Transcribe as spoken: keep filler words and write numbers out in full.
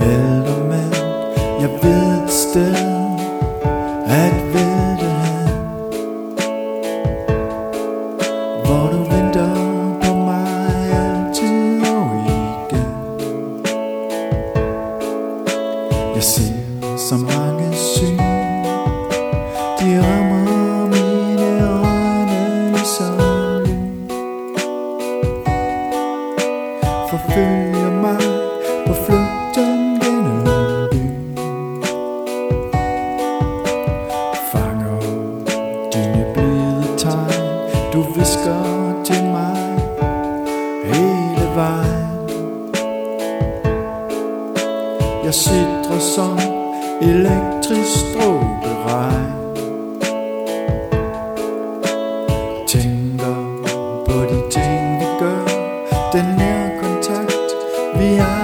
Melder mand, jeg ved et sted at vælte hen, hvor du venter på mig altid og igen. Jeg ser så mange syn, de rammer mine øjne ligesom lyn, forfølger mig på flugten gennem byen, fanger dine blide tegn, du hvisker til mig hele vejen. Jeg sidder som elektrisk stråleregn, tænker på de ting vi gør, den nærkontakt vi har.